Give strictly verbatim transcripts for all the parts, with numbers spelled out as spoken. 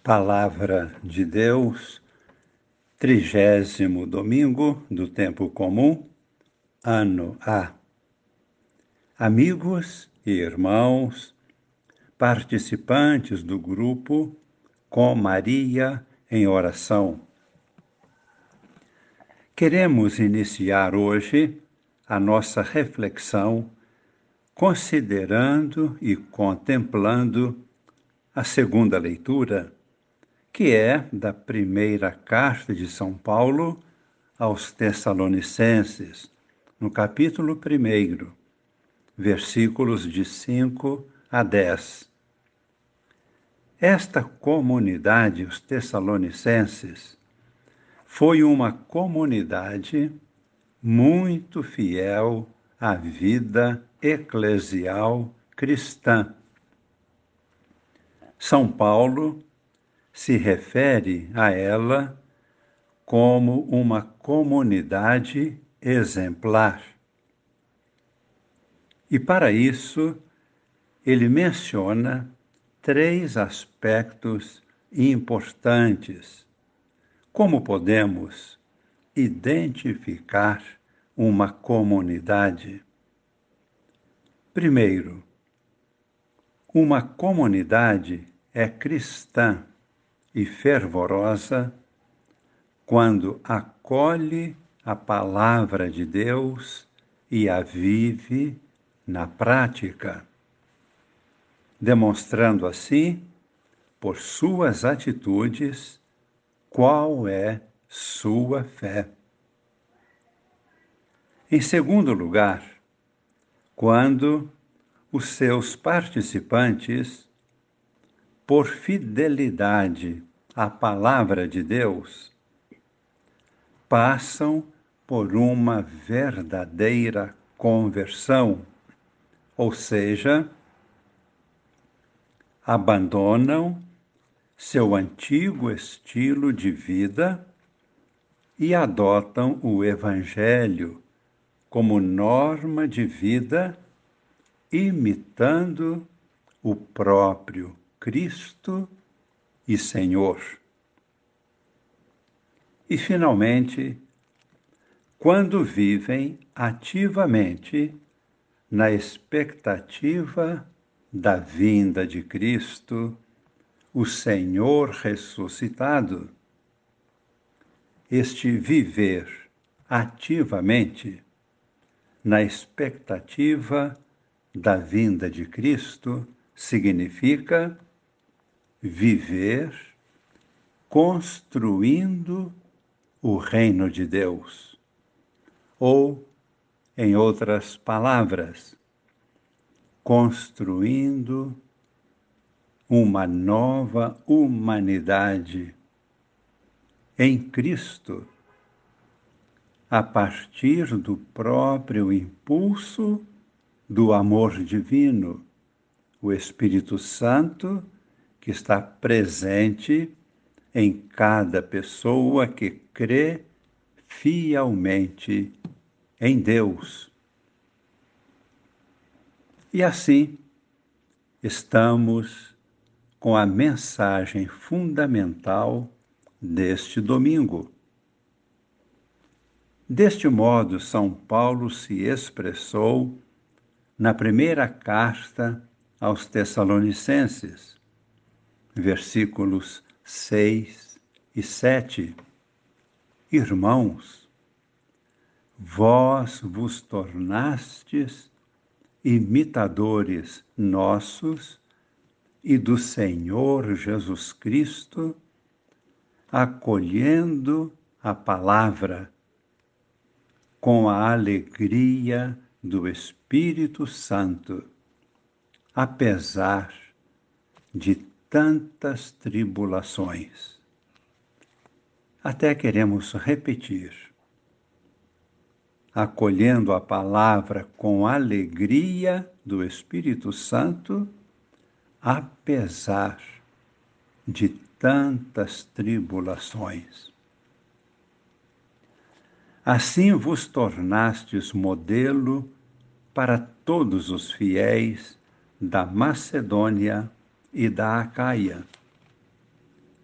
Palavra de Deus, trigésimo domingo do tempo comum, ano A. Amigos e irmãos, participantes do grupo Com Maria em Oração. Queremos iniciar hoje a nossa reflexão considerando e contemplando a segunda leitura, que é da primeira carta de São Paulo aos Tessalonicenses, no capítulo primeiro, versículos de cinco a dez. Esta comunidade, os Tessalonicenses, foi uma comunidade muito fiel à vida eclesial cristã. São Paulo se refere a ela como uma comunidade exemplar. E para isso, ele menciona três aspectos importantes. Como podemos identificar uma comunidade? Primeiro, uma comunidade é cristã e fervorosa quando acolhe a palavra de Deus e a vive na prática, demonstrando assim, por suas atitudes, qual é sua fé. Em segundo lugar, quando os seus participantes, por fidelidade à palavra de Deus, passam por uma verdadeira conversão, ou seja, abandonam seu antigo estilo de vida e adotam o Evangelho como norma de vida, imitando o próprio Cristo e Senhor. E, finalmente, quando vivem ativamente na expectativa da vinda de Cristo, o Senhor ressuscitado, este viver ativamente na expectativa da vinda de Cristo significa viver construindo o reino de Deus. Ou, em outras palavras, construindo uma nova humanidade em Cristo, a partir do próprio impulso do amor divino, o Espírito Santo, que está presente em cada pessoa que crê fielmente em Deus. E assim, estamos com a mensagem fundamental deste domingo. Deste modo, São Paulo se expressou na primeira carta aos Tessalonicenses, versículos seis e sete. Irmãos, vós vos tornastes imitadores nossos e do Senhor Jesus Cristo, acolhendo a palavra com a alegria do Espírito Santo, apesar de tantas tribulações. Até queremos repetir. Acolhendo a palavra com alegria do Espírito Santo, apesar de tantas tribulações. Assim vos tornastes modelo para todos os fiéis da Macedônia e da Acaia.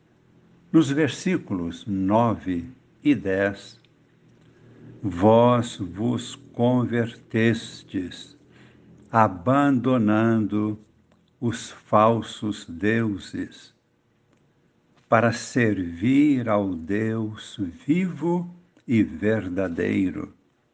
Nos versículos nove e dez, vós vos convertestes, abandonando os falsos deuses, para servir ao Deus vivo e verdadeiro,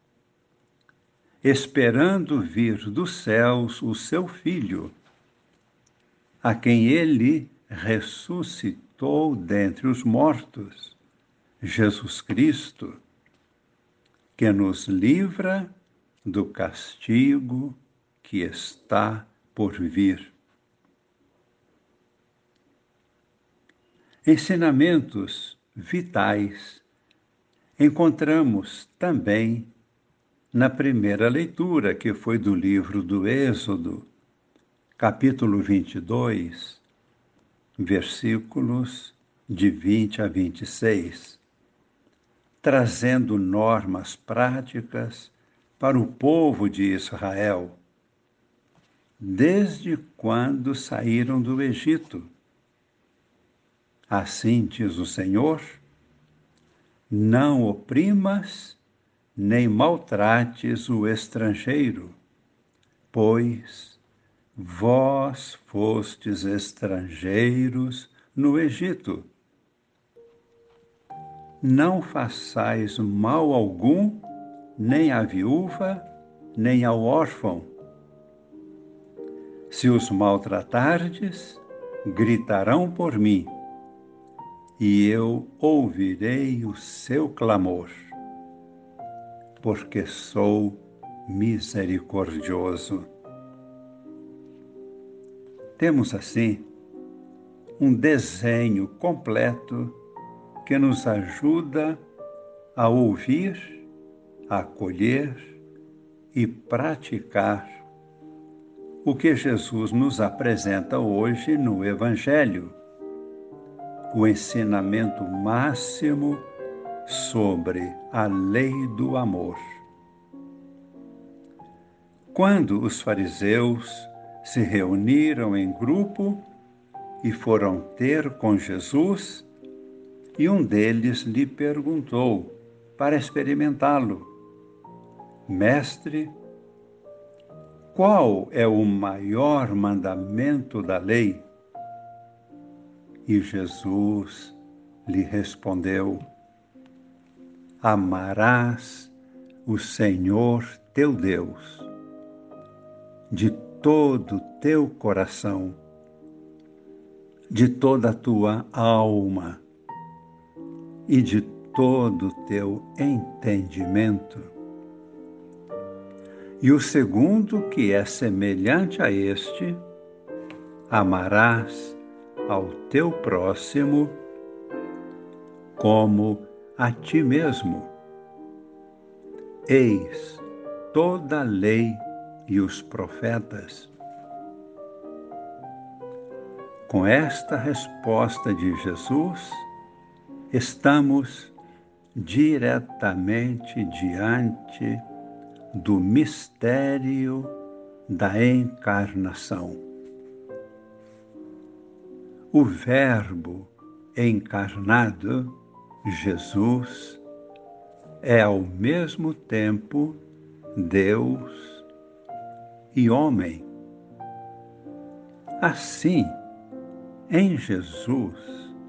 esperando vir dos céus o seu Filho, a quem ele ressuscitou dentre os mortos, Jesus Cristo, que nos livra do castigo que está por vir. Ensinamentos vitais encontramos também na primeira leitura, que foi do livro do Êxodo, capítulo vinte e dois, versículos de vinte a vinte e seis, trazendo normas práticas para o povo de Israel, desde quando saíram do Egito. Assim diz o Senhor: não oprimas nem maltrates o estrangeiro, pois vós fostes estrangeiros no Egito. Não façais mal algum, nem à viúva, nem ao órfão. Se os maltratardes, gritarão por mim, e eu ouvirei o seu clamor, porque sou misericordioso. Temos, assim, um desenho completo que nos ajuda a ouvir, a acolher e praticar o que Jesus nos apresenta hoje no Evangelho, o ensinamento máximo sobre a lei do amor. Quando os fariseus se reuniram em grupo e foram ter com Jesus, e um deles lhe perguntou, para experimentá-lo: Mestre, qual é o maior mandamento da lei? E Jesus lhe respondeu: amarás o Senhor teu Deus de todo o teu coração, de toda a tua alma e de todo o teu entendimento. E o segundo, que é semelhante a este: amarás ao teu próximo como a ti mesmo. Eis toda a lei e os profetas. Com esta resposta de Jesus, estamos diretamente diante do mistério da encarnação. O Verbo encarnado, Jesus, é ao mesmo tempo Deus e homem. Assim, em Jesus,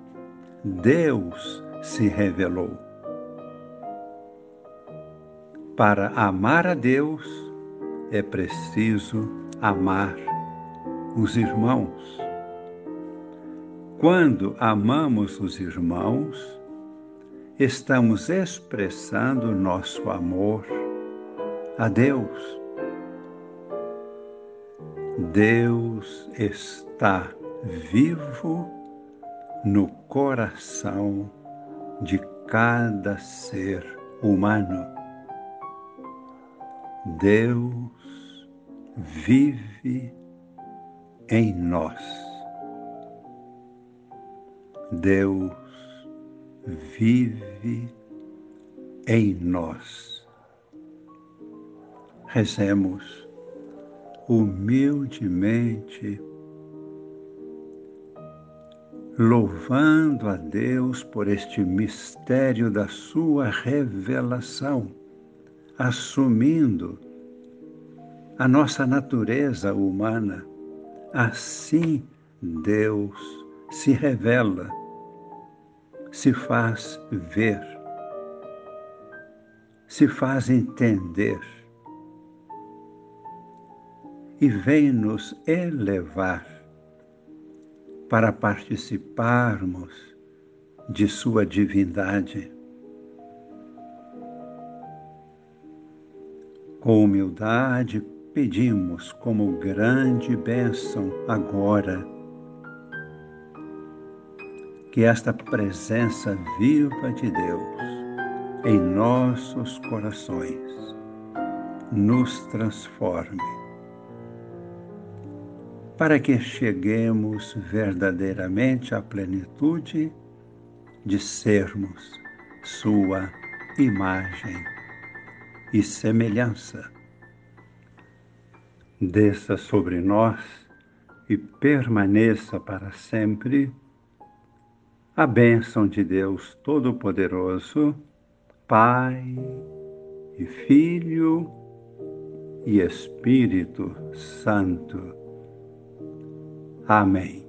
Deus se revelou. Para amar a Deus, é preciso amar os irmãos. Quando amamos os irmãos, estamos expressando nosso amor a Deus. Deus está vivo no coração de cada ser humano. Deus vive em nós. Deus vive em nós. Rezemos humildemente, louvando a Deus por este mistério da sua revelação, assumindo a nossa natureza humana. Assim Deus se revela, se faz ver, se faz entender e vem nos elevar para participarmos de sua divindade. Com humildade, pedimos como grande bênção agora que esta presença viva de Deus em nossos corações nos transforme, para que cheguemos verdadeiramente à plenitude de sermos sua imagem e semelhança. Desça sobre nós e permaneça para sempre a bênção de Deus Todo-Poderoso, Pai e Filho e Espírito Santo. Amém.